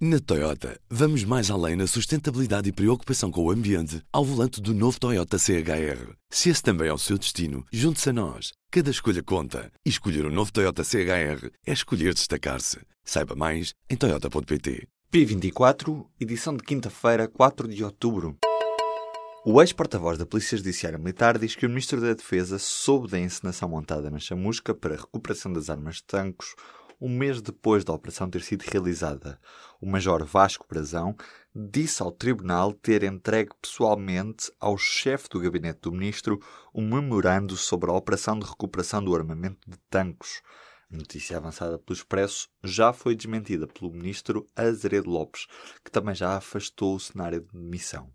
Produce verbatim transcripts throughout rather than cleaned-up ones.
Na Toyota, vamos mais além na sustentabilidade e preocupação com o ambiente ao volante do novo Toyota C H R. Se esse também é o seu destino, junte-se a nós. Cada escolha conta. E escolher o novo Toyota C H R é escolher destacar-se. Saiba mais em toyota ponto pt. P vinte e quatro, edição de quinta-feira, quatro de outubro. O ex-porta-voz da Polícia Judiciária Militar diz que o Ministro da Defesa soube da encenação montada na Chamusca para a recuperação das armas de tanques um mês depois da operação ter sido realizada. O Major Vasco Brazão disse ao Tribunal ter entregue pessoalmente ao chefe do gabinete do Ministro um memorando sobre a operação de recuperação do armamento de tanques. A notícia avançada pelo Expresso já foi desmentida pelo Ministro Azeredo Lopes, que também já afastou o cenário de demissão.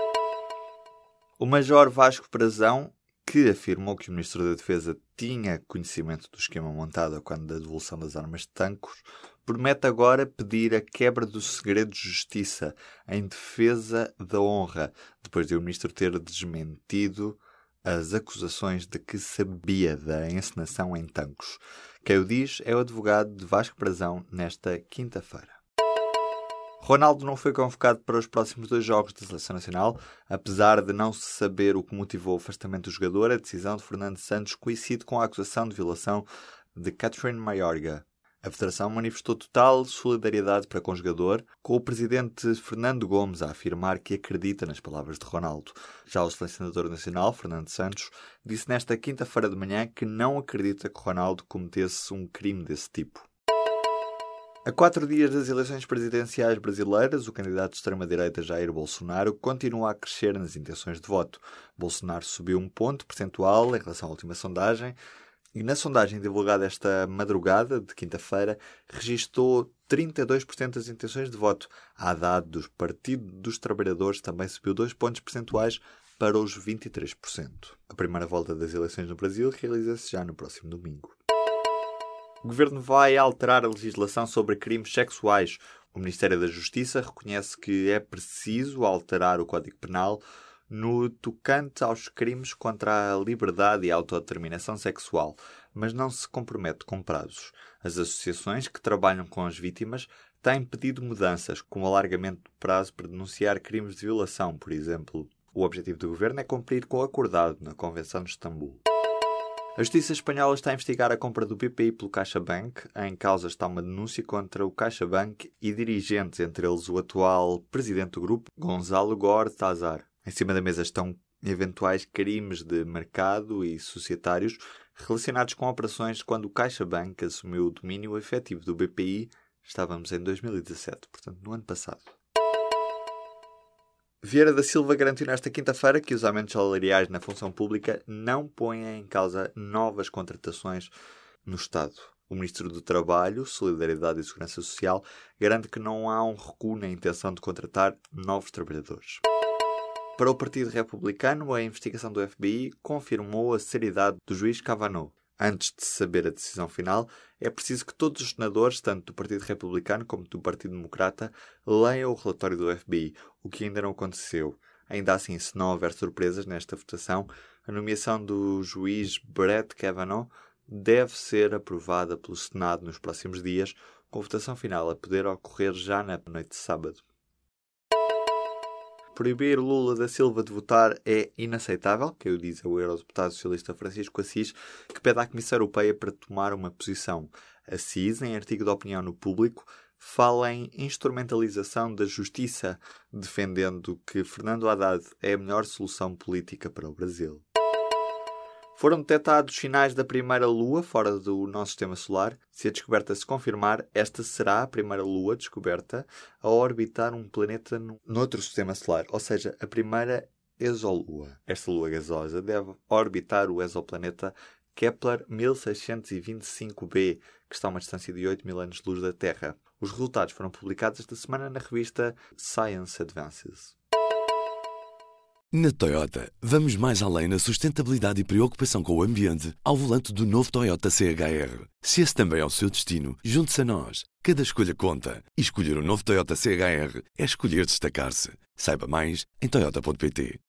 O Major Vasco Brazão, que afirmou que o Ministro da Defesa tinha conhecimento do esquema montado quando da devolução das armas de tanques, promete agora pedir a quebra do segredo de justiça em defesa da honra, depois de o Ministro ter desmentido as acusações de que sabia da encenação em tanques. Quem o diz é o advogado de Vasco Brazão nesta quinta-feira. Ronaldo não foi convocado para os próximos dois jogos da Seleção Nacional, apesar de não se saber o que motivou o afastamento do jogador. A decisão de Fernando Santos coincide com a acusação de violação de Catherine Mayorga. A Federação manifestou total solidariedade para com o jogador, com o presidente Fernando Gomes a afirmar que acredita nas palavras de Ronaldo. Já o selecionador nacional, Fernando Santos, disse nesta quinta-feira de manhã que não acredita que Ronaldo cometesse um crime desse tipo. A quatro dias das eleições presidenciais brasileiras, o candidato de extrema-direita Jair Bolsonaro continua a crescer nas intenções de voto. Bolsonaro subiu um ponto percentual em relação à última sondagem e na sondagem divulgada esta madrugada de quinta-feira registou trinta e dois por cento das intenções de voto. A Haddad do Partido dos Trabalhadores também subiu dois pontos percentuais para os vinte e três por cento. A primeira volta das eleições no Brasil realiza-se já no próximo domingo. O Governo vai alterar a legislação sobre crimes sexuais. O Ministério da Justiça reconhece que é preciso alterar o Código Penal no tocante aos crimes contra a liberdade e a autodeterminação sexual, mas não se compromete com prazos. As associações que trabalham com as vítimas têm pedido mudanças, como alargamento do prazo para denunciar crimes de violação, por exemplo. O objetivo do Governo é cumprir com o acordado na Convenção de Istambul. A Justiça Espanhola está a investigar a compra do B P I pelo CaixaBank. Em causa está uma denúncia contra o CaixaBank e dirigentes, entre eles o atual presidente do grupo, Gonzalo Gortázar. Em cima da mesa estão eventuais crimes de mercado e societários relacionados com operações quando o CaixaBank assumiu o domínio efetivo do B P I. Estávamos em dois mil e dezassete, portanto, no ano passado. Vieira da Silva garantiu nesta quinta-feira que os aumentos salariais na função pública não põem em causa novas contratações no Estado. O Ministro do Trabalho, Solidariedade e Segurança Social garante que não há um recuo na intenção de contratar novos trabalhadores. Para o Partido Republicano, a investigação do F B I confirmou a seriedade do juiz Kavanaugh. Antes de saber a decisão final, é preciso que todos os senadores, tanto do Partido Republicano como do Partido Democrata, leiam o relatório do F B I, o que ainda não aconteceu. Ainda assim, se não houver surpresas nesta votação, a nomeação do juiz Brett Kavanaugh deve ser aprovada pelo Senado nos próximos dias, com a votação final a poder ocorrer já na noite de sábado. Proibir Lula da Silva de votar é inaceitável, que o diz o eurodeputado socialista Francisco Assis, que pede à Comissão Europeia para tomar uma posição. Assis, em artigo de opinião no Público, fala em instrumentalização da justiça, defendendo que Fernando Haddad é a melhor solução política para o Brasil. Foram detectados sinais da primeira lua fora do nosso sistema solar. Se a descoberta se confirmar, esta será a primeira lua descoberta a orbitar um planeta noutro sistema solar, ou seja, a primeira exolua. Esta lua gasosa deve orbitar o exoplaneta Kepler mil seiscentos e vinte e cinco b, que está a uma distância de oito mil anos-luz da Terra. Os resultados foram publicados esta semana na revista Science Advances. Na Toyota, vamos mais além na sustentabilidade e preocupação com o ambiente ao volante do novo Toyota C H R. Se esse também é o seu destino, junte-se a nós. Cada escolha conta. E escolher o novo Toyota C H R é escolher destacar-se. Saiba mais em toyota ponto pt.